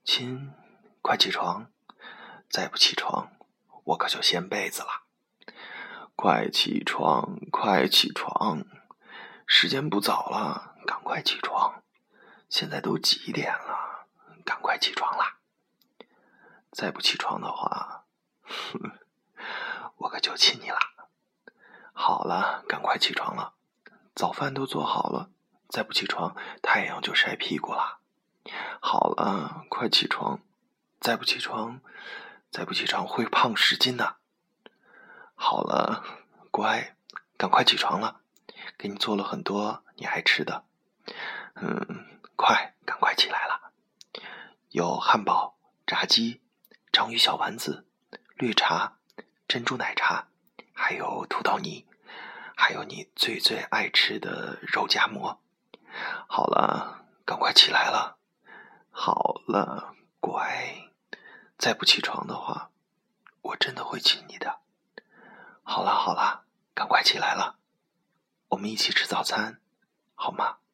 亲，快起床，再不起床，我可就掀被子了。快起床，快起床，时间不早了，赶快起床。现在都几点了，赶快起床啦。再不起床的话，我可就亲你啦。好了，赶快起床了，早饭都做好了，再不起床，太阳就晒屁股了。好了，快起床，再不起床会胖10斤的。好了，乖，赶快起床了，给你做了很多你爱吃的。赶快起来了，有汉堡、炸鸡、章鱼小丸子、绿茶、珍珠奶茶，还有土豆泥，还有你最最爱吃的肉夹馍。好了，赶快起来了。好了，乖，再不起床的话，我真的会亲你的。好啦，赶快起来了，我们一起吃早餐，好吗？